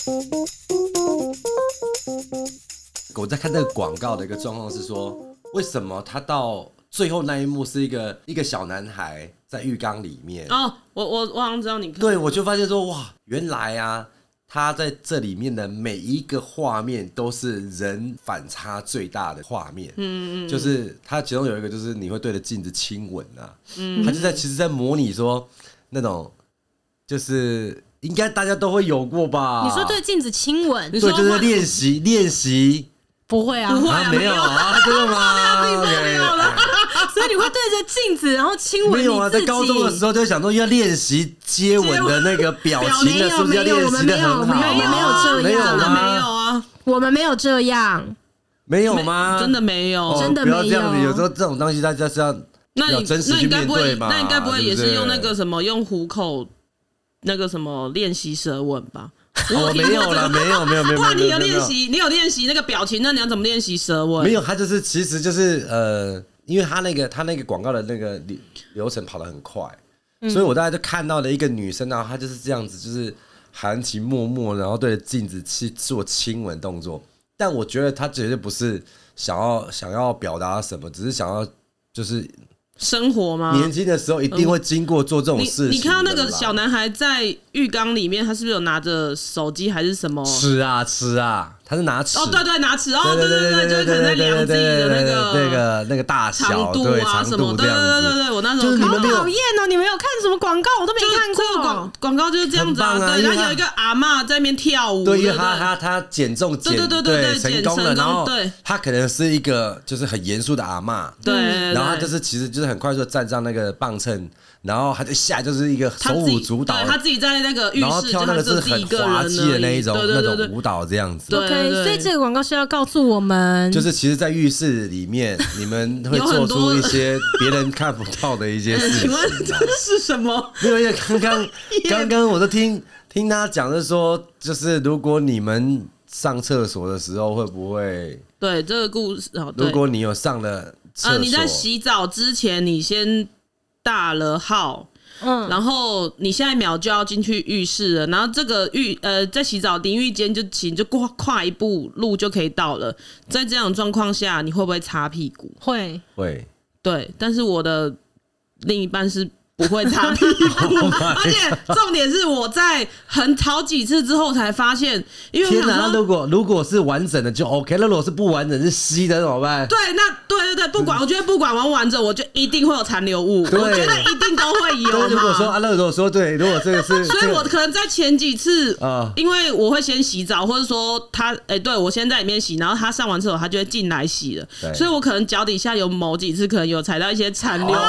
我在看这个广告的一个状况是说，为什么他到最后那一幕是一个小男孩在浴缸里面？ 哦，我好像知道你看。 对，我就发现说，哇，原来啊，他在这里面的每一个画面都是人反差最大的画面。就是他其中有一个就是你会对着镜子亲吻啊，他就其实在模拟说那种就是应该大家都会有过吧？ 你说对镜子亲吻， 对，就是练习。 不会啊， 不会啊， 没有啊，真的吗？ 没有了。 所以你会对着镜子，然后亲吻你自己？ 没有啊，在高中的时候就想说要练习接吻的那个表情的，是不是要练习的很好？ 没有这样， 真的没有啊， 我们没有这样， 没有吗？ 真的没有， 真的没有。 不要这样子，有时候这种东西大家是要真实去面对嘛。 那你该不会也是用那个什么用虎口那个什么练习舌吻吧？ 我没有了，没有。 不然你有练习那个表情，那你要怎么练习舌吻？ 没有，他就是其实就是因为他那个广告的那个流程跑得很快，所以我大概就看到了一个女生，然后她就是这样子，就是含情脉脉，然后对着镜子去做亲吻动作。但我觉得她绝对不是想要表达什么，只是想要就是生活吗？ 年轻的时候一定会经过做这种事情。 你看到那个小男孩在浴缸里面，他是不是有拿着手机还是什么？ 吃啊，他是拿尺。 哦，对，拿尺。哦，对，就是可能在量自己的那个大小长度啊什么。对，我那时候好讨厌哦！你们有看什么广告？我都没看过。 广告就是这样子啊。对，然后有一个阿嬷在那边跳舞。 对，因为他减重对成功了，然后对， 他可能是一个就是很严肃的阿嬷。 对， 然后他就是其实就是很快速的站上那个磅秤，然后他就下就是一个手舞足蹈， 他自己在那个浴室， 然后跳那个是很滑稽的那一种舞蹈这样子。 OK， 所以这个广告是要告诉我们， 就是其实，在浴室里面，你们会做出一些别人看不到的一些事情。 请问这是什么？ 因为刚刚我都听他讲的说，就是如果你们上厕所的时候，会不会对这个故事？ 如果你有上了厕所， 你在洗澡之前，你先大了号。然后你下一秒就要进去浴室了，然后这个在洗澡淋浴间就跨一步路就可以到了。在这样的状况下，你会不会擦屁股？ 会， 对，但是我的另一半是不会擦屁股，而且重点是我在好几次之后才发现，因为我想说， 如果是完整的就 OK， 那如果是不完整是稀的怎么办？ 对，那对，不管，我觉得不管完整，我就一定会有残留物，我觉得一定都会有嘛。 如果说对，如果这个是， 所以我可能在前几次，因为我会先洗澡，或者说他，对我先在里面洗，然后他上完厕所他就会进来洗了，所以我可能脚底下有某几次可能有踩到一些残留。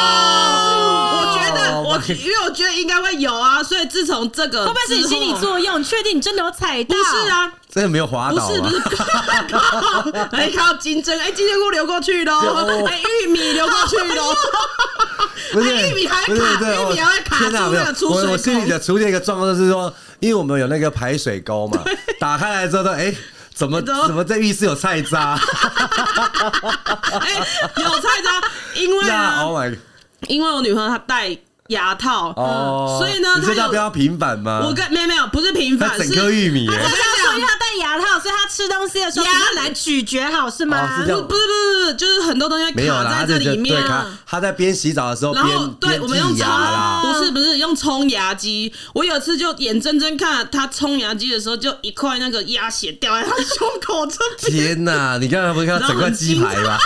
因为我觉得应该会有啊，所以自从这个会不会是你心理作用？你确定你真的有踩到？ 不是啊， 真的没有滑倒， 不是，靠金针，金针菇流过去咯，玉米流过去咯，玉米还卡，玉米还会卡住那个出水沟。 我心里的出现一个状况就是说，因为我们有那个排水沟嘛，打开来之后怎么在浴室有菜渣？ 有菜渣，因为 Oh my God， 因为我女朋友她戴牙套，所以呢， 你知道不要平反吗？ 没有，不是平反， 整颗玉米。 我跟你讲，因为他戴牙套，所以他吃东西的时候牙来咀嚼好是吗？ 不是，就是很多东西会卡在这里面。 他在边洗澡的时候边我们用剔牙啦， 不是用冲牙机。我有一次就眼睁睁看他冲牙机的时候，就一块那个鸭血掉在他胸口这边。 天哪！你刚才不是看到整块鸡排吗？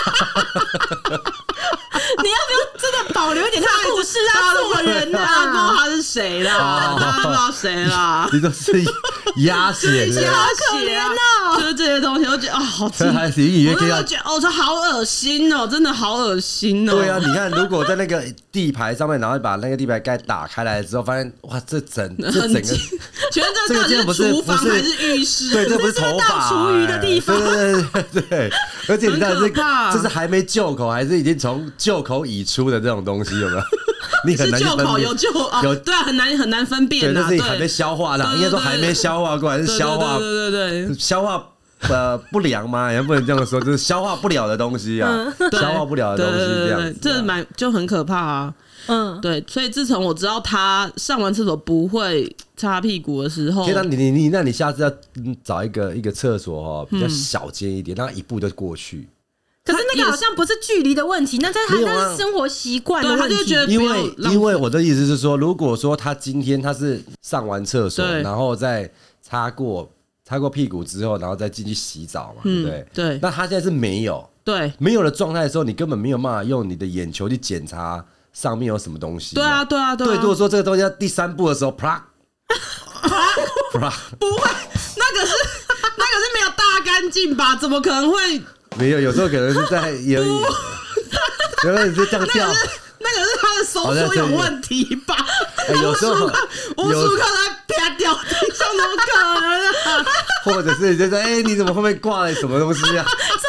你要不要真的保留一点他的故事啊？做人啊， 不知道他是谁啦，大家不知道谁啦。 你都是鸭血， 好可怜哦。 就是这些东西，我觉得好这还隐约可以， 我觉得这好恶心哦，真的好恶心哦。 对啊，你看，如果在那个地牌上面，然后把那个地牌盖打开来之后，发现哇，这整个， 请问这到底是厨房还是浴室？ 对，这不是头发， 厨余的地方。 对，而且你看这是还没就口，还是已经从就口已出的这种东西，有没有？你很难就口有对啊，很难分辨。 对，但是你还没消化的，应该说还没消化过来，是消化， 对， 消化不良吗？也不能这样说，就是消化不了的东西啊，消化不了的东西这样子， 这就很可怕啊。对，所以自从我知道他上完厕所不会擦屁股的时候， 那你下次要找一个厕所比较小间一点，让他一步就过去。 可是那个好像不是距离的问题，那是生活习惯的问题。 他就觉得因为我的意思是说，如果说他今天他是上完厕所，然后再擦过屁股之后，然后再进去洗澡嘛，对不对？ 对。 那他现在是没有的状态的时候，你根本没有办法用你的眼球去检查上面有什么东西。 对啊。对， 如果说这个东西在第3步的时候，啪， 不会，那个是没有大干净吧？怎么可能会？ 没有，有时候可能是在有可能是这样掉。 那个是他的收缩有问题吧？ 有时候无数颗在啪掉地上，怎么可能啊？ 或者是就说，你怎么后面挂了什么东西啊？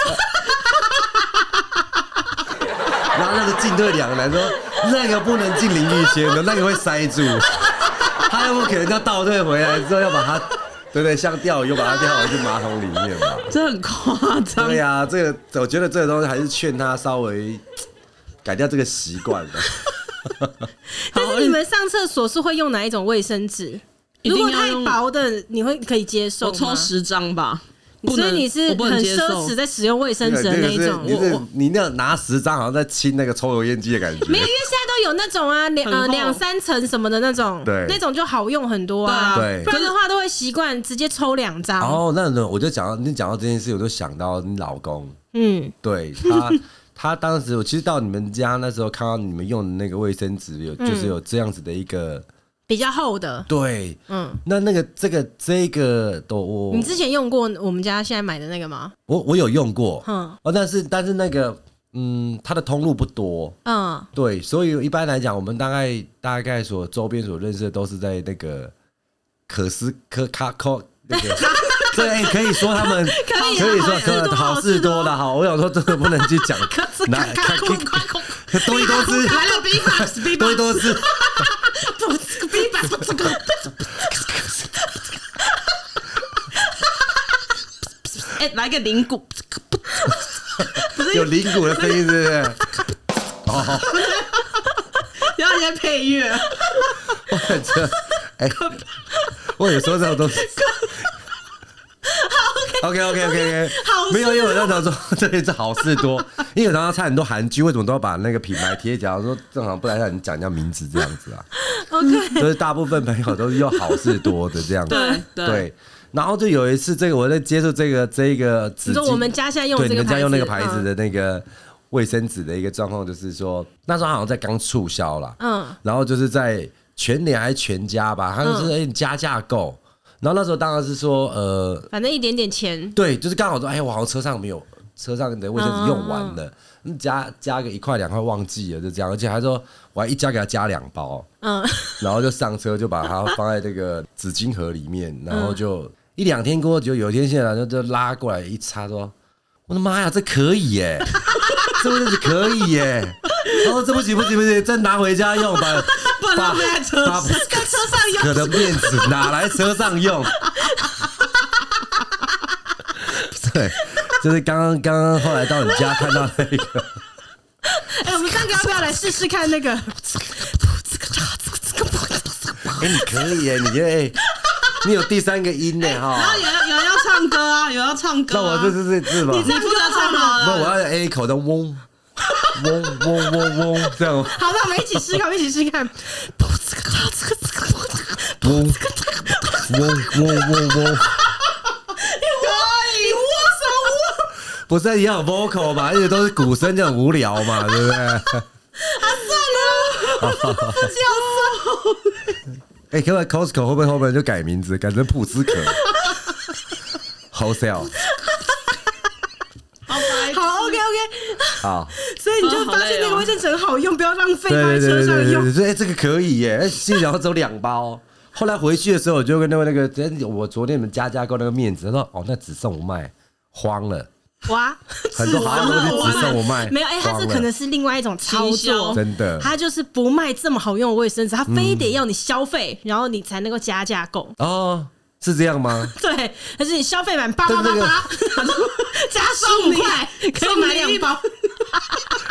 然后那个进退两难，说那个不能进淋浴间的，那个会塞住。他有没有可能要倒退回来之后，要把它，对不对？像钓鱼，又把它掉回去马桶里面嘛？ 这很夸张。 对呀，这个我觉得这个东西还是劝他稍微改掉这个习惯的。 但是你们上厕所是会用哪一种卫生纸？如果太薄的，你可以接受吗？ 我抽10张吧。 所以你是很奢侈在使用卫生纸的那一种。 你那拿10张好像在亲那个抽油烟机的感觉。 没有，因为现在都有那种啊，2-3层什么的那种，那种就好用很多啊。 对， 不然的话都会习惯直接抽2张。 哦，那我就讲到这件事，我就想到你老公。对他当时其实到你们家那时候看到你们用的那个卫生纸就是有这样子的一个。 比较厚的， 对，这个都你之前用过我们家现在买的那个吗？ 我有用过，但是那个它的通路不多，对，所以一般来讲，我们大概所周边所认识的都是在那个那个。对，可以说他们可以说好事多的好，我想说真的不能去讲，多一多姿， 来了 B-box， 多一多姿。 来个铃鼓， 有铃鼓的声音，是不是？ 哦，要一些配乐。 我有时候这种东西。OK， 没有，因为我在想说，这好事多，因为我常常看很多韩剧，为什么都要把那个品牌贴起来？说正好不来让你讲一下名字这样子啊。 OK， 就是大部分朋友都是用好事多的这样子。对。然后就有一次，我在接触这个纸巾， 你说我们家现在用对你们家用那个牌子的那个卫生纸的一个状况，就是说那时候好像在刚促销啦，然后就是在全联还是全家吧，他就是加价购。然后那时候当然是说， 反正一点点钱， 对，就是刚好说，我好像车上的卫生纸用完了，加个1块2块忘记了，就这样，而且还说我还一家给他加2包，然后就上车就把它放在这个纸巾盒里面，然后就1-2天过后，就有一天现在就拉过来一擦，说，我的妈呀，这可以耶，这卫生纸可以耶，然后这不行，再拿回家用吧。 把在车上用， 可的面子拿来车上用。对，就是刚刚后来到你家看到那个。 我们3个要不要来试试看那个？ 你可以耶，你觉得你有第3个音呢哈。 然后有人要唱歌啊，有要唱歌。 那我这是吧？ 你负责唱好了。 不，我要 A 口的嗡。嗡这样。 好，那我们一起试看， 嗡。 你握手。 不是也有 vocal 嘛？而且都是鼓声，就很无聊嘛，对不对？ 算了，自己要可不可以 Costco 会不会后面就改名字，改成普斯可 ？Wholesale。 好 ，OK， 好， 所以你就发现那个卫生纸很好用，不要浪费放在车上用。 对，这个可以耶，心里想只有2包。后来回去的时候，我就跟那个，我昨天你们加购那个面子，他说那只剩我卖，慌了。 哇， 很多好东西只剩我卖， 没有它这可能是另外一种操作， 真的， 它就是不卖这么好用的卫生纸，它非得要你消费，然后你才能够加价购。 哦，是这样吗？ 对，可是你消费满888，加15块可以买2包。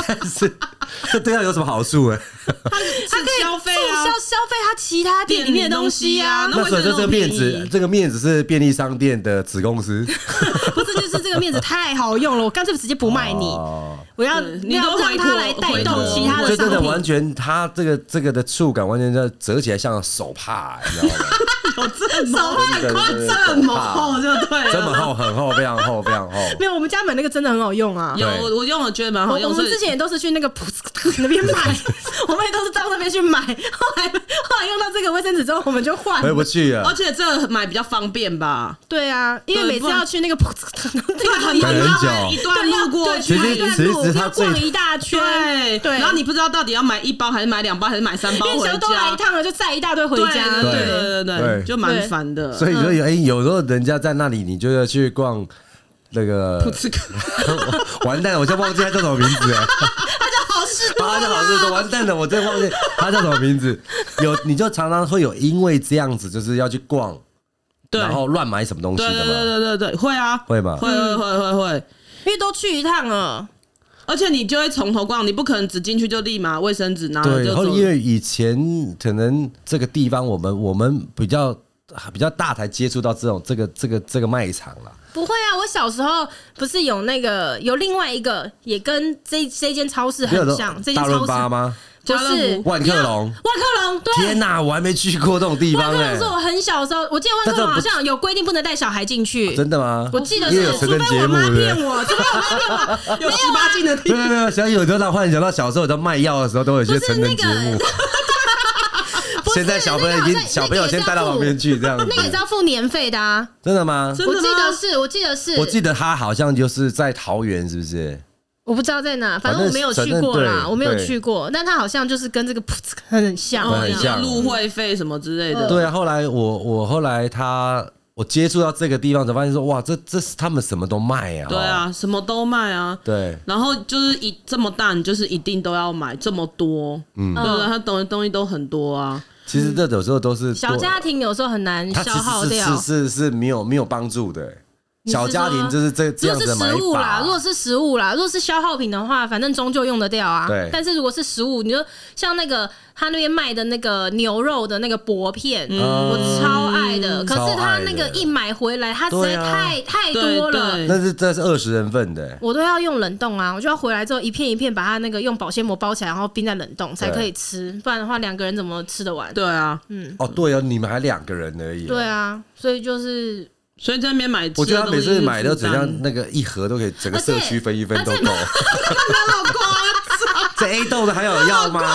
但是这对他有什么好处？哎， 他可以消费啊， 消费他其他店里面的东西啊。 那所以就这个面子，这个面子是便利商店的子公司， 不是，就是这个面子太好用了，我干脆直接不卖你，我要让他来带动其他的商品， 就真的完全他这个的触感完全在折起来像手帕，你知道吗？ 有这么这么厚就对了， 这么厚，很厚，非常厚，非常厚。 没有，我们家买那个真的很好用啊。 有我用了觉得蛮好用。 我们之前也都是去那个那边买，我们也都是到那边去买。后来用到这个卫生纸之后，我们就换， 回不去了。 而且这个买比较方便吧？ 对啊，因为每次要去那个很久，一段路过去， 其实他逛一大圈， 对，然后你不知道到底要买1包还是买2包还是买3包回家， 都来一趟了就载一大堆回家， 对，就蛮烦的。 所以说有时候人家在那里，你就要去逛那个。完蛋了，我就忘记他叫什么名字哎。 他叫好事多， 他叫好事多，完蛋了，我真忘记他叫什么名字。你就常常会有因为这样子，就是要去逛，然后乱买什么东西的吗？ 对，会啊， 会吗？ 会， 因为都去一趟了。 而且你就会从头逛，你不可能只进去就立马卫生纸拿了就走。 对，因为以前可能这个地方我们比较大才接触到这个卖场啦。 不会啊，我小时候不是有另外一个也跟这间超市很像，这间超市大润发吗？ 就是万客隆， 对。 天哪，我还没去过这种地方。 万客隆是我很小的时候，我记得万客隆好像有规定不能带小孩进去。 真的吗？ 我记得是，除非我妈骗我， 有18禁的地方。 没有，小有就让幻想到小时候在卖药的时候都有一些成人节目。现在小朋友先带到旁边去，这样子。 那个也是要付年费的啊。 真的吗？ 我记得是。 我记得他好像就是在桃园，是不是？ 我不知道在哪，反正我没有去过啦，我没有去过，但他好像就是跟这个很像， 很像入会费什么之类的。 对啊，后来我接触到这个地方，才发现说哇，这是他们什么都卖啊。 对啊，什么都卖啊。 对。 然后就是这么大，你就是一定都要买这么多，对不对？它东西都很多啊。 其实这有时候都是小家庭，有时候很难消耗掉， 是没有帮助的。小家庭就是这样子买法。 如果是食物啦，如果是消耗品的话，反正终究用得掉啊。 对。 但是如果是食物，你就像那个他那边卖的那个牛肉的那个薄片，我超爱的。可是他那个一买回来，它实在太多了。 这是20人份的， 我都要用冷冻啊！我就要回来之后一片一片把它那个用保鲜膜包起来，然后冰在冷冻才可以吃。不然的话，2个人怎么吃得完？ 对啊， 对啊，你们还2个人而已。 对啊，所以在那边买， 我觉得他每次买都怎样，那个一盒都可以整个社区分一分都够。 那么夸张？ 这 A 豆的还有要吗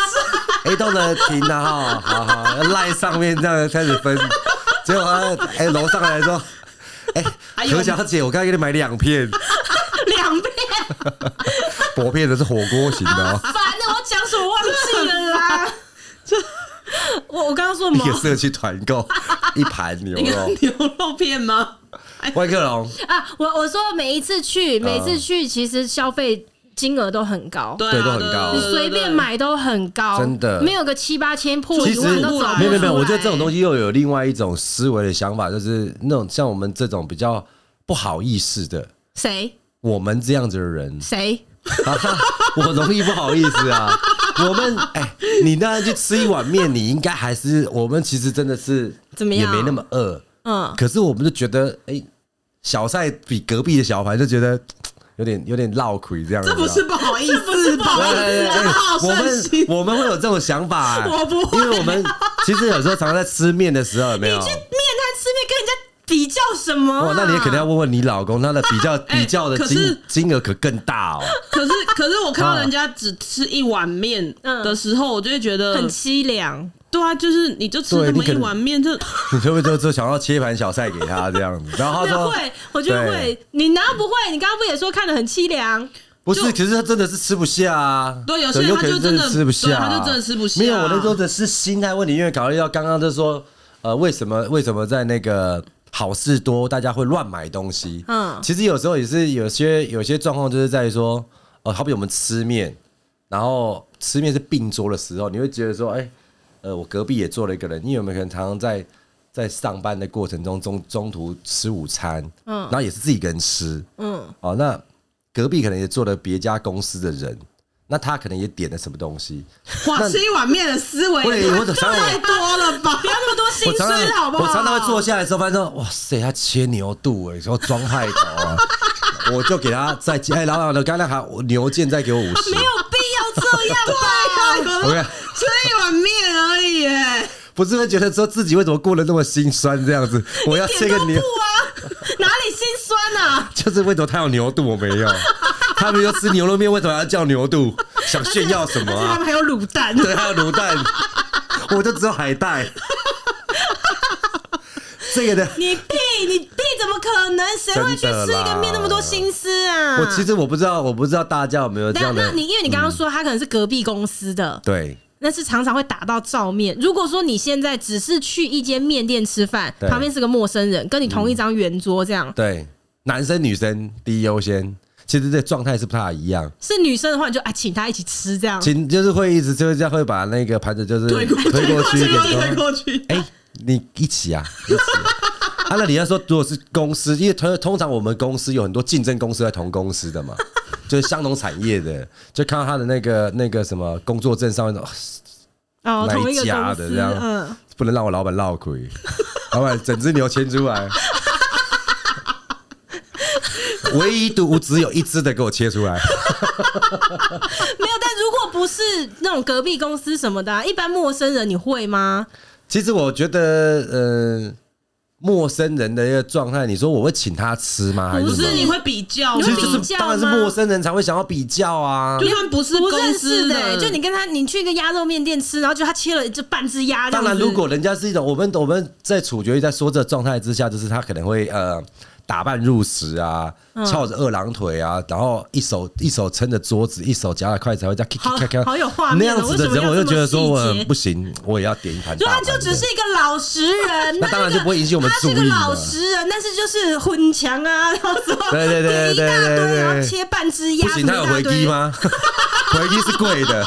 ？A 豆的停了哈，好，赖上面这样开始分。结果楼上来说，何小姐，我刚才给你买2片 ，2片， 薄片的是火锅型的。 烦的，我讲什么忘记了啦。我刚刚说什么？ 一个社区团购1盘牛肉片吗？ 万客隆啊！我说每一次去，其实消费金额都很高， 对，都很高， 你随便买都很高， 真的没有个7、8千破1万都找不出来。 没有，我觉得这种东西又有另外一种思维的想法，就是那种像我们这种比较不好意思的， 谁？ 我们这样子的人， 谁？ 我容易不好意思啊。我们你那样去吃一碗面，你应该还是我们其实真的是怎么样， 也没那么饿，可是我们就觉得小菜比隔壁的小盘就觉得有点落亏这样子。 这不是不好意思，不好意思， 我们会有这种想法， 我不会， 因为我们其实有时候常常在吃面的时候，有没有？ 你去面摊吃面跟人家比较什么啊？ 那你也肯定要问问你老公，他的比较的金额可更大哦。 可是我看到人家只吃一碗面的时候，我就会觉得很凄凉。 对啊，就是你就吃这么一碗面，你会不会就想要切盘小菜给他这样子？然后他说会，我觉得会。你难道不会？你刚刚不也说看得很凄凉？ 不是，可是他真的是吃不下啊。 对，有些人他就真的吃不下， 他就真的吃不下。 没有，我那时候的是心态问题，因为考虑到刚刚就说，为什么在那个好事多大家会乱买东西？其实有时候也是有些状况，就是在于说，好比我们吃面，然后吃面是并桌的时候，你会觉得说，我隔壁也坐了一个人，因为我们可能常常在上班的过程中中途吃午餐，然后也是自己一个人吃，那隔壁可能也坐了别家公司的人， 那他可能也点了什么东西。 哇，吃一碗面的思维太多了吧？ 不要那么多心思好不好？ 我常常会坐下来的时候，发现说，哇塞，他切牛肚然后装派头啊，我就给他再老板的刚才还牛腱再给我50，没有必要这样吧？ 对啊，吃一碗面而已耶。 不是会觉得说自己为什么过得那么心酸这样子？我要切个牛哪里心酸啊？ 就是为什么他有牛肚我没有？他们要吃牛肉面，为什么要叫牛肚？想炫耀什么啊？ 他们还有卤蛋， 对，还有卤蛋，我就只有海带。这个的， 你屁怎么可能？谁会去吃一个面那么多心思啊？ 其实我不知道大家有没有这样的。 那因为你刚刚说他可能是隔壁公司的， 对。 那是常常会打到照面。如果说你现在只是去一间面店吃饭，旁边是个陌生人，跟你同一张圆桌这样， 对，男生女生第一优先。其实这状态是不太一样。 是女生的话，你就请他一起吃这样， 就是会一直就是这样会把那个盘子就是推过去。你一起啊，一起啊。那你要说，如果是公司，因为通常我们公司有很多竞争公司在同公司的嘛。就是相同产业的，就看到他的那个什么工作证上面哪一家的这样，不能让我老板落亏，老板整只牛牵出来，唯独只有一只的给我切出来。 没有，但如果不是那种隔壁公司什么的，一般陌生人你会吗？ 其实我觉得，陌生人的一个状态，你说我会请他吃吗？ 不是，你会比较， 其实就是当然是陌生人才会想要比较啊。 就算不是公司的，就你去一个鸭肉面店吃，然后就他切了就半只鸭。 当然，如果人家是一种我们在处决在说这个状态之下，就是他可能会打扮入时啊，翘着二郎腿啊，然后一手撑着桌子，一手夹着筷子，还会这样好有画面。 那样子的人，我就觉得说我不行，我也要点一盘。 就他就只是一个老实人， 那当然就不会引起我们注意。 他是个老实人，但是就是混强啊，然后什么对一大堆，然后切半只鸭， 不行，他有回击吗？回击是贵的。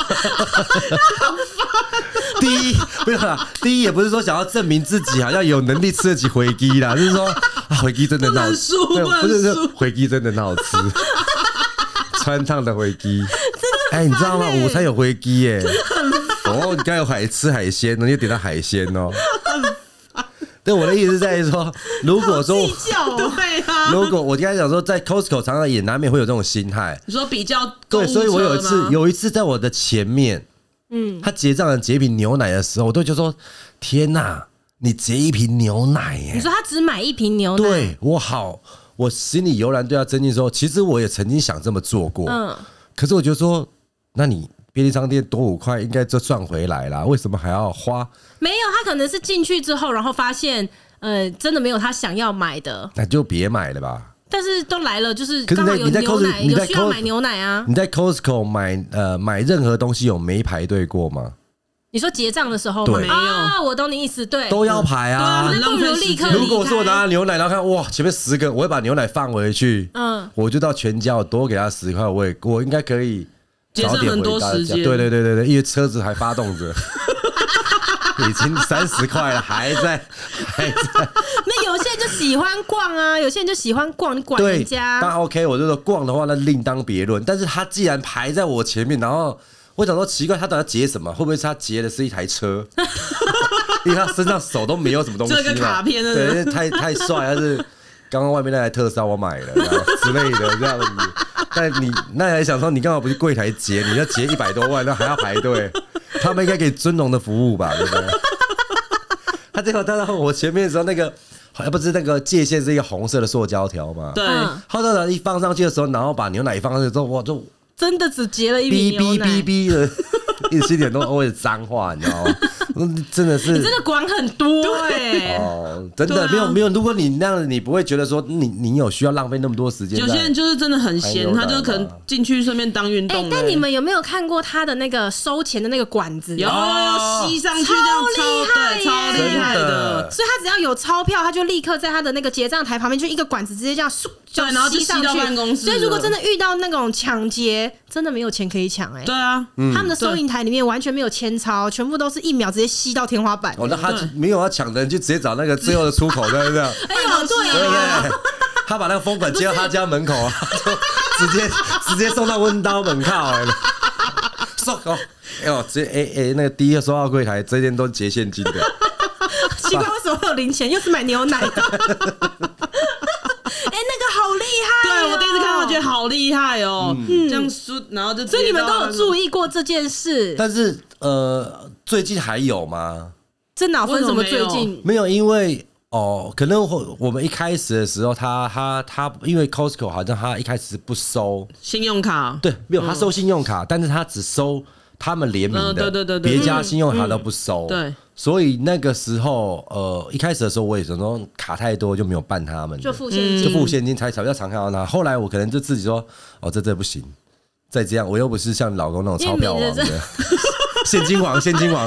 第一也不是说想要证明自己好像有能力吃得起回鸡啦，就是说回鸡真的很好吃，不是回鸡真的很好吃，川烫的回鸡，你知道吗？午餐有回鸡耶，哦，你刚有吃海鲜，你就点到海鲜哦。对，我的意思是在说，如果说， 对啊， 如果我刚才讲说，在 Costco 常常也难免会有这种心态， 你说比较对，所以我有一次在我的前面。他结账的结一瓶牛奶的时候，我都觉得说：天哪，你结一瓶牛奶耶！ 你说他只买一瓶牛奶， 对我心里油然对他增进说，其实我也曾经想这么做过，可是我觉得说，那你便利商店多5块应该就赚回来啦，为什么还要花？ 没有，他可能是进去之后，然后发现，真的没有他想要买的， 那就别买了吧。 但是都来了，就是刚好有牛奶，有需要买牛奶啊。 你在 Costco 买任何东西有没排队过吗？ 你说结账的时候吗？ 没有啊， 我懂你意思，对， 都要排啊。 那不如立刻离开。 如果说我拿牛奶，然后看哇，前面10个，我会把牛奶放回去，我就到全家，我多给他10块，我应该可以早点回家。对，因为车子还发动着。已经30块了，还在。 那有些人就喜欢逛啊，有些人就喜欢逛，你管人家。 当然 OK， 我就说逛的话那另当别论。但是他既然排在我前面，然后我想说奇怪，他到底要结什么？会不会是他结的是一台车？因为他身上手都没有什么东西， 这个卡片对，太帅，但是刚刚外面那台特斯拉我买了之类的这样子。但你那还想说，你干嘛不去柜台结？你要结100多万，那还要排队？他们应该给尊荣的服务吧，对不对？他最后到我前面的时候，那个不是那个界限是一个红色的塑胶条嘛？ 对。 后头一放上去的时候，然后把牛奶一放上去之后，哇，就真的只结了一瓶牛奶。 哔的，一直心里都会脏话，你知道吗？真的是， 你真的管很多真的没有。如果你那样，你不会觉得说你有需要浪费那么多时间。 有些人就是真的很闲，他就可能进去顺便当运动。 但你们有没有看过他的那个收钱的那个管子？ 有吸上去，这样超厉害的。 所以他只要有钞票，他就立刻在他的那个结账台旁边就一个管子，直接这样对，然后就吸到办公室。 所以如果真的遇到那种抢劫，真的没有钱可以抢对啊， 他们的收银台里面完全没有千钞，全部都是1秒直接吸到天花板。 那他没有要抢的人就直接找那个最后的出口，对不对？ 对啊， 他把那个封管接到他家门口啊，就直接送到温刀门口。 收哦，哎呦，那个第一个收到柜台，这间都结现金的。 奇怪，为什么会有零钱？又是买牛奶的。那个好厉害、 对我第一次看到，觉得好厉害哦。这样输，然后就所以你们都有注意过这件事。 但是最近还有吗？ 这哪分什么最近？ 没有，因为可能我们一开始的时候，他因为 Costco 好像他一开始不收信用卡， 对，没有他收信用卡，但是他只收他们联名的， 对， 别家信用卡都不收。 对。所以那个时候，一开始的时候，我也想说卡太多就没有办他们， 就付现金， 才比较常看到他。后来我可能就自己说，这不行，再这样我又不是像老公那种钞票王的，现金王，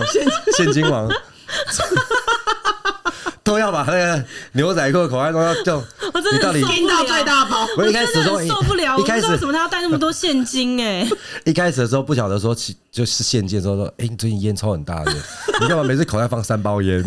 都要把那个牛仔裤的口袋都要就， 我真的盯到最大包。 我一开始说受不了，我不知道为什么他要带那么多现金一开始的时候不晓得说就是现金的时候说，你最近烟抽很大的，你干嘛每次口袋放3包烟？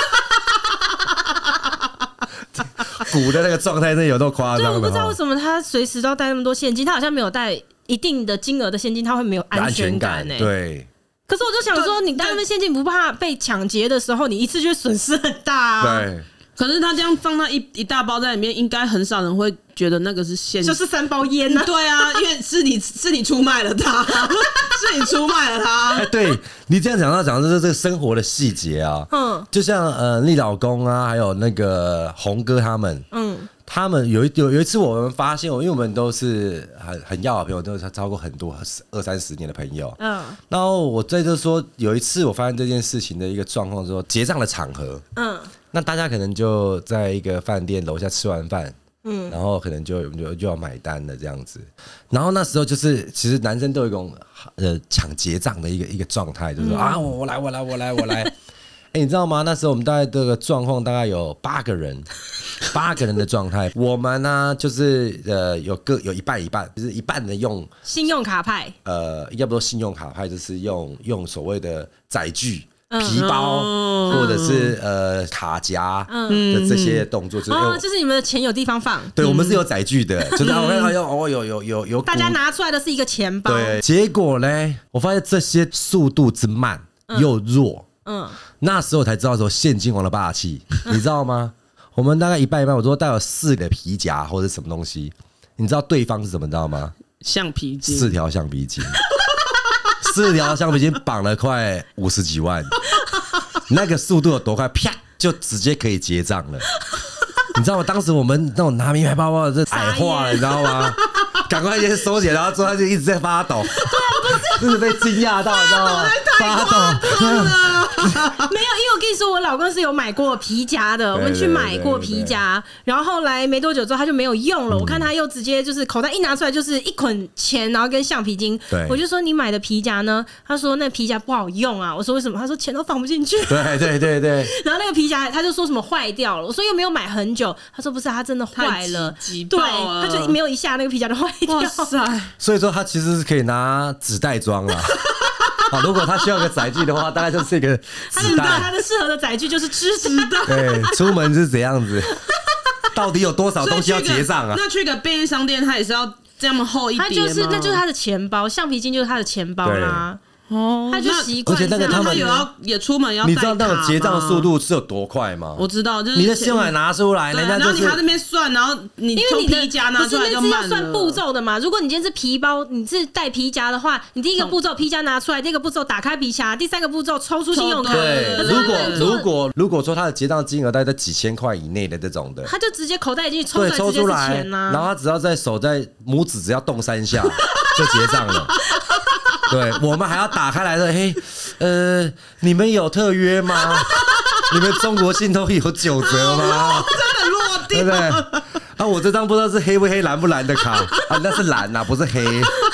股的那个状态真有多夸张的。 我不知道为什么他随时都要带那么多现金，他好像没有带一定的金额的现金，他会没有安全感对。 可是我就想说，你带那边现金不怕被抢劫的时候，你一次就会损失很大啊。 对。 可是他这样放那一大包在里面，应该很少人会觉得那个是现金， 就是3包烟啊。 对啊，因为是你出卖了他，是你出卖了他。 对你这样讲的就是这个生活的细节啊。就像你老公啊，还有那个洪哥他们，他们有一次我们发现，因为我们都是很要好的朋友，都是超过很多20-30年的朋友。然后我在这说，有一次我发现这件事情的一个状况，说结账的场合，那大家可能就在一个饭店楼下吃完饭，然后可能就要买单了这样子。然后那时候就是其实男生都有一种抢结账的一个状态，就是说我来。你知道吗？那时候我们大概这个状况大概有8个人的状态。我们呢就是有一半，就是一半的用信用卡派， 要不说信用卡派，就是用所谓的载具。皮包或者是卡夹的这些动作， 就是你们的钱有地方放。 对，我们是有载具的，就是有大家拿出来的是一个钱包。 对，结果呢，我发现这些速度之慢又弱。那时候才知道说现金王的霸气，你知道吗？我们大概一半，我说带有4个皮夹或者什么东西，你知道对方是什么？你知道吗？ 橡皮筋 ，4条橡皮筋。4条橡皮筋绑了快50几万，那个速度有多快？啪，就直接可以结账了。你知道吗？当时我们那种拿名牌包包的矮化了，你知道吗？赶快先收起来，然后之后他就一直在发抖，真是被惊讶到，你知道吗？发抖。 没有，因为我跟你说，我老公是有买过皮夹的，我们去买过皮夹，然后后来没多久之后他就没有用了。我看他又直接就是口袋一拿出来就是一捆钱，然后跟橡皮筋。我就说你买的皮夹呢？他说那皮夹不好用啊。我说为什么？他说钱都放不进去。 对。 然后那个皮夹他就说什么坏掉了，我说又没有买很久。他说不是，他真的坏了。对，他就没有一下那个皮夹就坏掉。哇塞！ 所以说他其实是可以拿纸袋装啦。如果他需要个载具的话，大概就是一个纸袋。 他的适合的载具就是纸袋。 对，出门是怎样子？到底有多少东西要结账啊？ 那去个便利商店，他也是要这么厚一叠吗？ 那就是他的钱包，橡皮筋就是他的钱包啦。他就习惯， 而且那个他们也出门要， 你知道那种结账速度是有多快吗？ 我知道，就是你的信用卡拿出来，人家然后你还在那边算，然后你从皮夹拿出来就慢了。 不是，那是要算步骤的嘛？如果你今天是皮包，你是带皮夹的话，你第一个步骤皮夹拿出来，第二个步骤打开皮夹，第3个步骤抽出信用卡。 对，如果说他的结账金额大概在几千块以内的这种的， 他就直接口袋已经抽出来，钱啊， 然后他只要在拇指只要动3下就结账了。对，我们还要打开来的，你们有特约吗？你们中国信都有9折吗？ 真的落地， 对不对？我这张不知道是黑不黑、蓝不蓝的卡那是蓝啊，不是黑。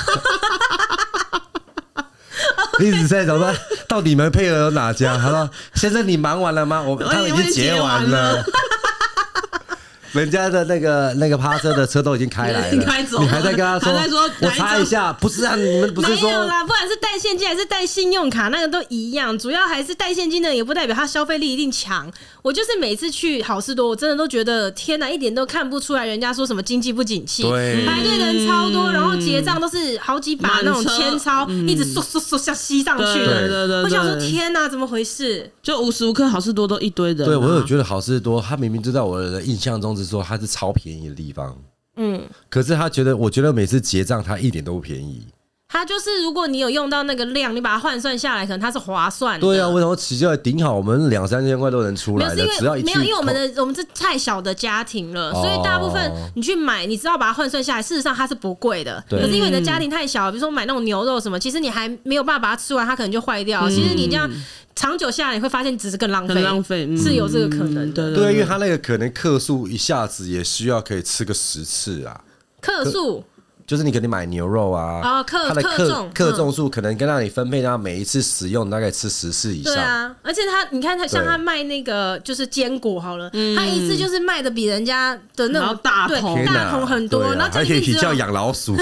一直在找到底你们配合有哪家？他说：“先生，你忙完了吗？他们已经结完了。” 人家的那个趴车的车都已经开来了， 开走了， 你还在跟他说， 还在说我查一下，不是啊，你们不是说没有啦，不管是带现金还是带信用卡，那个都一样，主要还是带现金的，也不代表他消费力一定强。我就是每次去好事多，我真的都觉得天哪，一点都看不出来人家说什么经济不景气，排队的人超多，然后结账都是好几把那种千钞，一直嗖像吸上去的。 对， 我想说天哪，怎么回事？ 就无时无刻好事多都一堆人。 对，我有觉得好事多，他明明就在我的印象中是说它是超便宜的地方，可是我觉得每次结账它一点都不便宜。 它就是如果你有用到那个量，你把它换算下来，可能它是划算的。 对啊，为什么起价顶好，我们2-3千块都能出来的？只要没有，因为我们这太小的家庭了，所以大部分你去买，你知道把它换算下来，事实上它是不贵的。可是因为你的家庭太小，比如说买那种牛肉什么，其实你还没有办法把它吃完，它可能就坏掉。其实你这样长久下来，你会发现只是更浪费，是有这个可能的。 对，因为它那个可能克数一下子也需要可以吃个10次啊， 克数。 就是你可能买牛肉啊，它的克重数可能跟让你分配，它每一次使用大概吃10次以上。对啊，而且你看像他卖那个就是坚果好了，他一次就是卖的比人家的那种大桶很多，然后还可以叫养老鼠。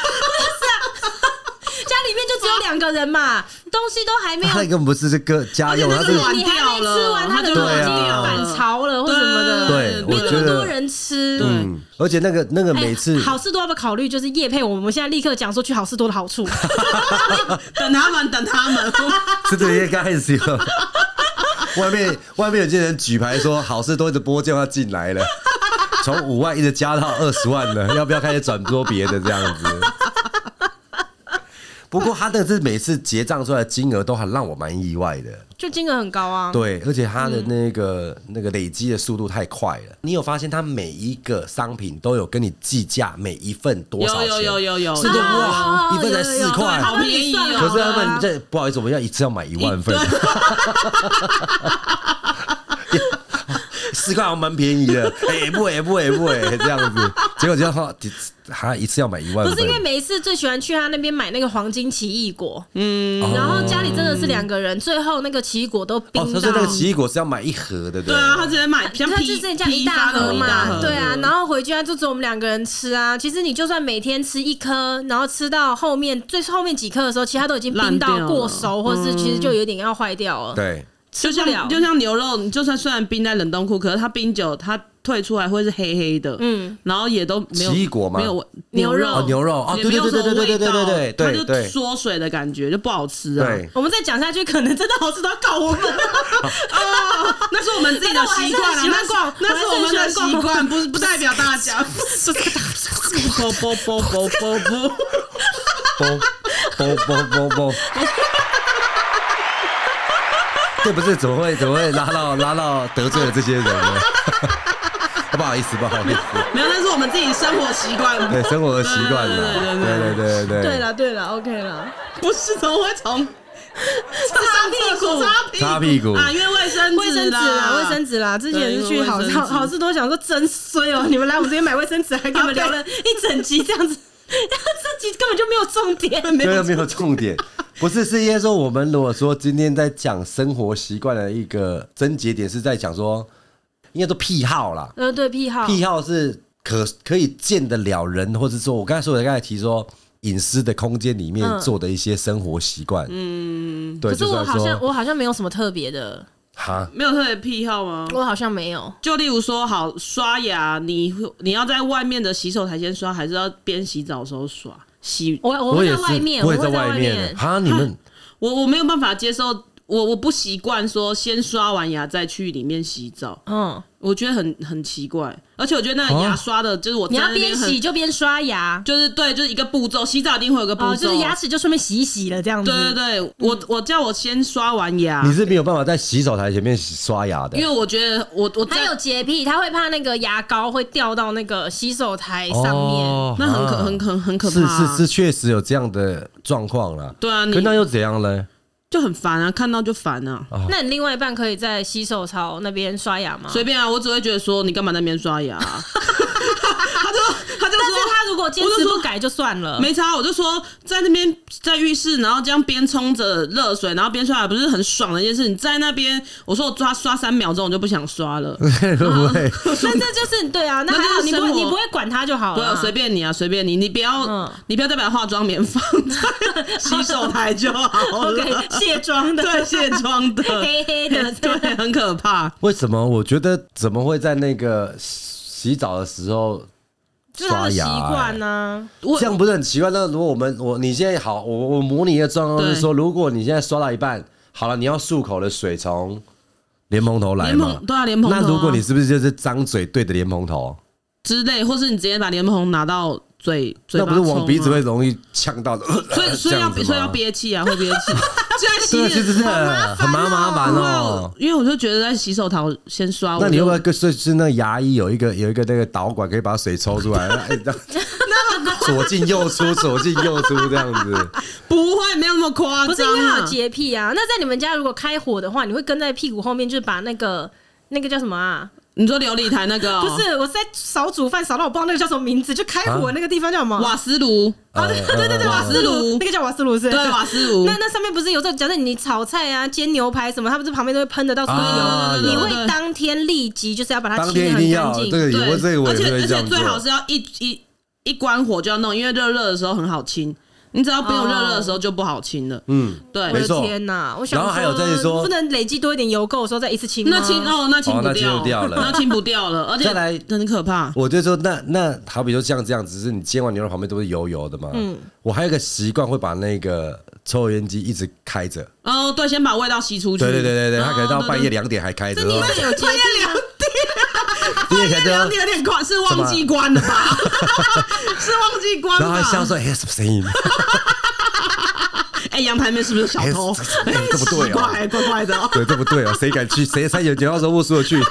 家里面就只有2个人嘛，东西都还没有， 他根本不是这个家用，他是你还没吃完，他可能已经反潮了或什么的， 对， 没有那么多人吃。 而且那个每次好事多要不要考虑就是业配？我们现在立刻讲说去好事多的好处， 等他们， 这个也开始有。外面有些人举牌说好事多的播叫他进来了，从5万一直加到20万了，要不要开始转做别的这样子？不过他的是每次结账出来的金额都很让我蛮意外的， 就金额很高啊。 对，而且他的那个累积的速度太快了。你有发现他每一个商品都有跟你计价，每一份多少钱？ 有， 是的，哇，一份才4块， 好便宜哦。 可是他们这不好意思，我们要一次要买1万份。4块好像蛮便宜的，不这样子，结果他一次要买1万份。 不是因为每一次最喜欢去他那边买那个黄金奇异果，然后家里真的是2个人，最后那个奇异果都冰到。 他说那个奇异果是要买1盒的， 对啊，他直接买，他就是这样一大盒嘛，对啊，然后回家就只有我们2个人吃啊。其实你就算每天吃1颗，然后吃到最后面几颗的时候，其他都已经冰到过熟，或是其实就有点要坏掉了。 对。 就像牛肉，你就算虽然冰在冷冻库，可是它冰久，它退出来会是黑黑的，然后也都没有奇异果吗？ 没有牛肉哦，对， 它就缩水的感觉，就不好吃啊。 对，我们再讲下去，可能真的好吃都要告我们。 那是我们自己的习惯了，那是我们的习惯，不代表大家。 这不是怎么会拉到得罪了这些人呢？不好意思， 没有，那是我们自己生活习惯， 对生活的习惯了， 对，对了 ，OK 了， 不是怎么会从擦屁股啊？因为卫生纸啦，之前是去好事多想说真衰哦，你们来我们这边买卫生纸，还跟我们聊了一整集这样子。这集根本就没有重点， 没有重点，不是因为说我们如果说今天在讲生活习惯的一个症结点，是在讲说应该说癖好啦， 对，癖好是可以见得了人，或者说我刚才提说隐私的空间里面做的一些生活习惯，对。 可是我好像没有什么特别的。 没有特别癖好吗？ 我好像没有。 就例如说，好刷牙，你要在外面的洗手台先刷，还是要边洗澡的时候刷？ 我会在外面， 我也在外面。你们我没有办法接受，我不习惯说先刷完牙再去里面洗澡。我觉得很奇怪，而且我觉得那个牙刷的，就是你要边洗就边刷牙， 就是一个步骤，洗澡一定会有个步骤， 就是牙齿就顺便洗一洗了这样子。 对，我叫我先刷完牙， 你是没有办法在洗手台前面刷牙的， 因为我觉得我他有洁癖，他会怕那个牙膏会掉到那个洗手台上面， 那很可怕。 是确实有这样的状况啦。 对啊， 可那又怎样呢？ 就很烦啊，看到就烦啊。 那你另外一半可以在洗手槽那边刷牙吗？ 随便啊，我只会觉得说你干嘛在那边刷牙、啊？他就说他如果坚持不改就算了， 没差。我就说在那边在浴室，然后这样边冲着热水，然后边刷牙，不是很爽的一件事。你在那边，我说我刷3秒钟，我就不想刷了。 会不会？ 那这就是对啊，那还好，你不会管他就好了。 对，随便你啊，随便你，你不要再把化妆棉放在洗手台就好了。 OK， 卸妆的， 对，卸妆的， 黑黑的， 对，很可怕。 为什么？我觉得怎么会在那个洗澡的时候刷牙？习惯呢？ 这样不是很奇怪？那如果你现在好，我模拟的状况是说，如果你现在刷到一半，好了，你要漱口的水从莲蓬头来嘛？ 对啊，莲蓬头。 那如果你是不是就是张嘴对着莲蓬头之类，或是你直接把莲蓬头拿到嘴巴， 那不是往鼻子会容易呛到的？ 所以要憋气啊，会憋气。 对，其实是很麻烦哦。 因为我就觉得在洗手台先刷。 那你会不会是那个牙医有一个那个导管可以把水抽出来？左进右出，左进右出这样子。 不会，没有那么夸张。 不是因为他有洁癖啊。那在你们家如果开火的话，你会跟在屁股后面，就是把那个叫什么啊？ 你说琉璃台那个、 不是，我是在扫煮饭，扫到我不知道那个叫什么名字，就开火那个地方叫什么？ 瓦斯炉。 对，瓦斯炉，那个叫瓦斯炉是？ 对，瓦斯炉。 那上面不是有时候，假设你炒菜啊、煎牛排什么，它不是旁边都会喷得到出油？你会当天立即就是要把它清得很干净。 这个有这个我也会这样做。 而且最好是要一关火就要弄，因为热的时候很好清。你只要不用热的时候就不好清了。对， 没错。 天哪！我想然后还有在说， 不能累积多一点油垢的时候再一次清吗？ 那清不掉了，那清不掉了，而且再来很可怕。 我就说，那好比说像这样，只是你煎完牛肉旁边都是油油的嘛。我还有一个习惯，会把那个抽油烟机一直开着。 哦，对，先把味道吸出去。 对，他可能到半夜2点还开着。 你是有洁癖？ 半夜2点有点快，是忘记关了吧？是忘记关了。 然后还笑说：“哎，什么声音？” 阳台面是不是小偷？ 这不对啊， 怪怪的。 对，这不对啊，谁敢去？谁才有剪刀石头布输得去？白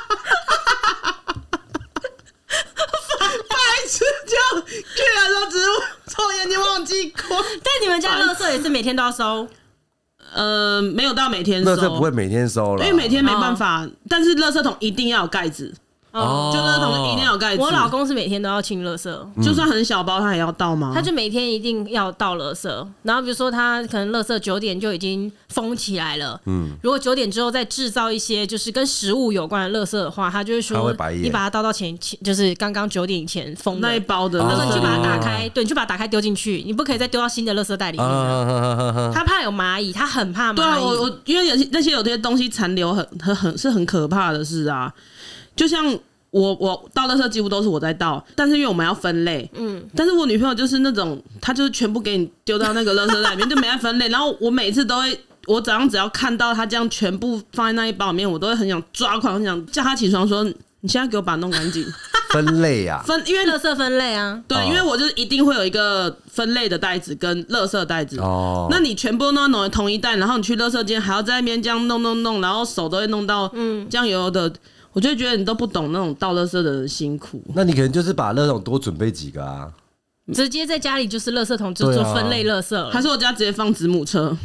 痴，就居然说只是抽烟机忘记关。 但你们家垃圾也是每天都要收？ 没有到每天收， 垃圾不会每天收了， 因为每天没办法。但是垃圾桶一定要有盖子。就垃圾桶一定要有盖子。 我老公是每天都要清垃圾， 就算很小包，他也要倒吗？ 他就每天一定要倒垃圾。然后比如说他可能垃圾9点就已经封起来了，如果9点之后再制造一些就是跟食物有关的垃圾的话，他就会说你把它倒到就是刚刚9点以前封的那一包的， 他说你去把它打开，对，你去把它打开丢进去，你不可以再丢到新的垃圾袋里面。他怕有蚂蚁，他很怕蚂蚁。 对啊，我因为有些东西残留是很可怕的事啊。就像我倒垃圾几乎都是我在倒，但是因为我们要分类，但是我女朋友就是那种，她就是全部给你丢到那个垃圾袋里面，就没在分类。然后我每次都会，我早上只要看到她这样全部放在那一包里面，我都会很想抓狂，很想叫她起床说：“你现在给我把它弄干净。” 分类啊， 因为垃圾分类啊， 对，因为我就是一定会有一个分类的袋子跟垃圾袋子。那你全部弄到同一袋，然后你去垃圾间还要在那边这样弄，然后手都会弄到这样油油的。我就觉得你都不懂那种倒垃圾的人辛苦。 那你可能就是把垃圾桶多准备几个啊， 直接在家里就是垃圾桶就做分类垃圾了， 还是我家直接放子母车，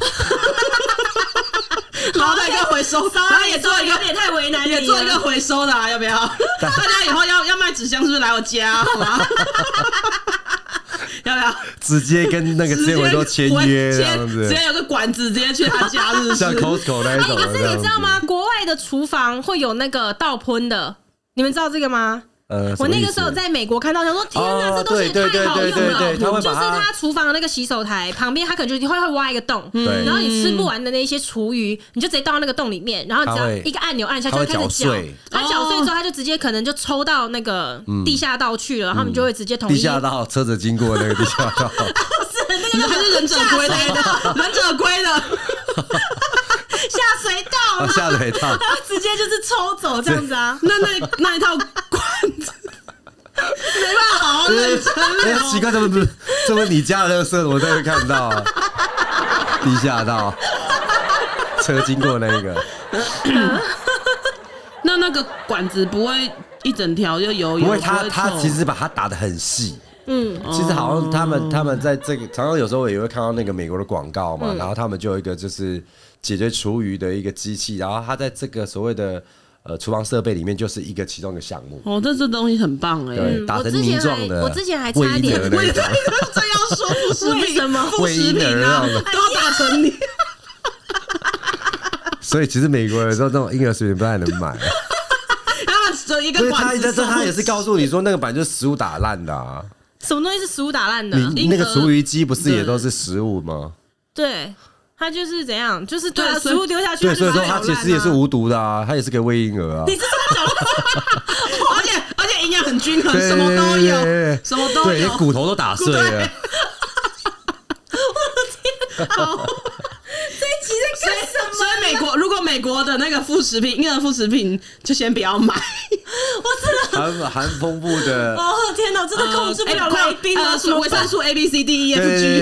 然后再一个回收，然后也做一个， 有点太为难你了， 也做一个回收的啊，要不要？大家以后要卖纸箱是不是来我家？好吗？要不要直接跟那个直接回收签约这样子？ 直接有个管子，直接去他家，是不是？ 像 Costco 那一种。 可是你知道吗？国外的厨房会有那个倒喷的，你们知道这个吗？我那个时候在美国看到，想说天哪，这东西也太好用了！就是他厨房的那个洗手台旁边，他可能就会挖一个洞，然后你吃不完的那些厨余，你就直接倒到那个洞里面，然后只要一个按钮按下，就会开始搅。它搅碎之后，它就直接可能就抽到那个地下道去了，他们就会直接统一。 地下道，车子经过那个地下道， 是那个还是忍者龟的，忍者龟的。 下水道， 下水道， 然后直接就是抽走这样子啊。 那一套管子没办法好好认真。 奇怪，这不是你家的垃圾，我在这看到地下道，车经过那个。 那个管子不会一整条就油油？ 不会，他其实把它打得很细。 其实好像他们在这个常常有时候也会看到那个美国的广告嘛，然后他们就有一个就是解决厨余的一个机器，然后它在这个所谓的厨房设备里面就是其中一个项目。 哦，这东西很棒哎， 对，打成泥状的。 我之前还差点， 这要说副食品， 为什么副食品啊都要打成泥？ 所以其实美国人说这种婴儿食品不太能买。 所以他也是告诉你说那个本来就是食物打烂的啊。 什么东西是食物打烂的？ 你那个厨余机不是也都是食物吗？ 对，它就是怎样，就是对食物丢下去， 对，所以说它其实也是无毒的啊，它也是可以喂婴儿啊。 你是这么讲，而且营养很均衡，什么都有，什么都有， 对，连骨头都打碎了。 我的天，好。这一集在干什么？ 所以如果美国的那个副食品，婴儿副食品就先不要买。 我真的含丰富的。 哦天哪，真的控制不了来宾了。 什么维生素 A B C D E F G。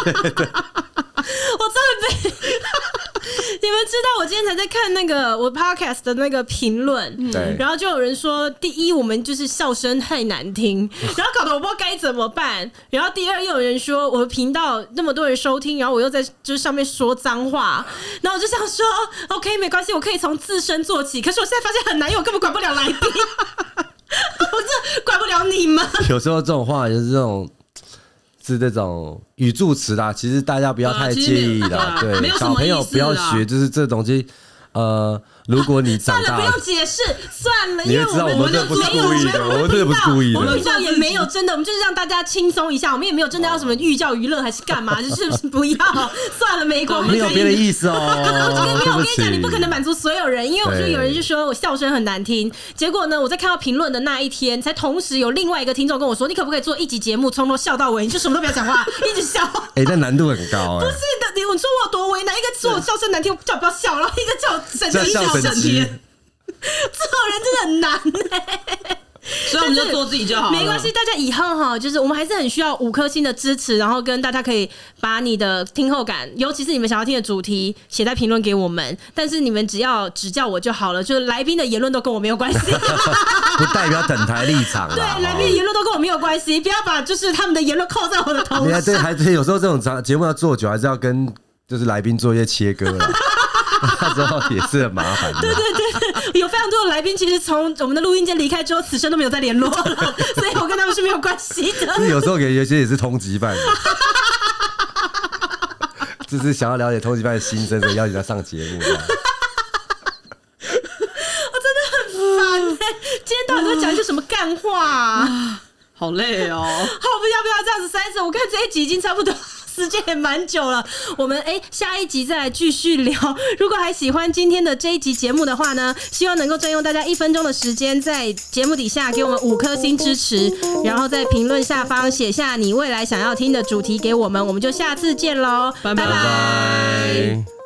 我真的被。你们知道我今天才在看那个我 podcast 的那个评论，然后就有人说，第一我们就是笑声太难听，然后搞得我不知道该怎么办。然后第二又有人说我的频道那么多人收听，然后我又在就是上面说脏话，然后我就想说 OK 没关系，我可以从自身做起。可是我现在发现很难，因为我根本管不了来宾，我这管不了你们。 有时候这种话就是这种语助词啦，其实大家不要太介意啦。对，小朋友不要学，就是这东西。如果你长大算了，不用解释，算了，因为我们这不是故意的，我们这不是故意的， 我们频道也没有真的，我们就是让大家轻松一下，我们也没有真的要什么寓教于乐还是干嘛，就是不要，算了，没关系， 没有别的意思哦。 我跟你讲，你不可能满足所有人，因为我说有人就说我笑声很难听，结果呢，我在看到评论的那一天，才同时有另外一个听众跟我说，你可不可以做一集节目，从头笑到尾，你就什么都不要讲话，一直笑。 那难度很高不是的，你说我有多为难？一个说我笑声难听，叫我不要笑，然后一个叫我整天整天，这种人真的很难所以我们就做自己就好了。 没关系，大家以后哈，就是我们还是很需要5颗星的支持，然后跟大家可以把你的听后感，尤其是你们想要听的主题，写在评论给我们。但是你们只要指教我就好了，就是来宾的言论都跟我没有关系， 不代表等台立场。 对，来宾的言论都跟我没有关系，不要把就是他们的言论扣在我的头上。 对，还有时候这种节目要做久，还是要跟就是来宾做一些切割啦。那时候也是很麻烦的。 对，有非常多的来宾，其实从我们的录音间离开之后，此生都没有再联络了，所以我跟他们是没有关系的。 有时候有些也是通缉犯，就是想要了解通缉犯的心声，所以邀请他上节目。 我真的很烦今天到底在讲一些什么干话啊？ 好累哦！好， 不要这样子3次，我看这一集已经差不多。时间也蛮久了，我们下一集再来继续聊。如果还喜欢今天的这一集节目的话呢，希望能够占用大家1分钟的时间，在节目底下给我们5颗星支持，然后在评论下方写下你未来想要听的主题给我们，我们就下次见喽，拜拜。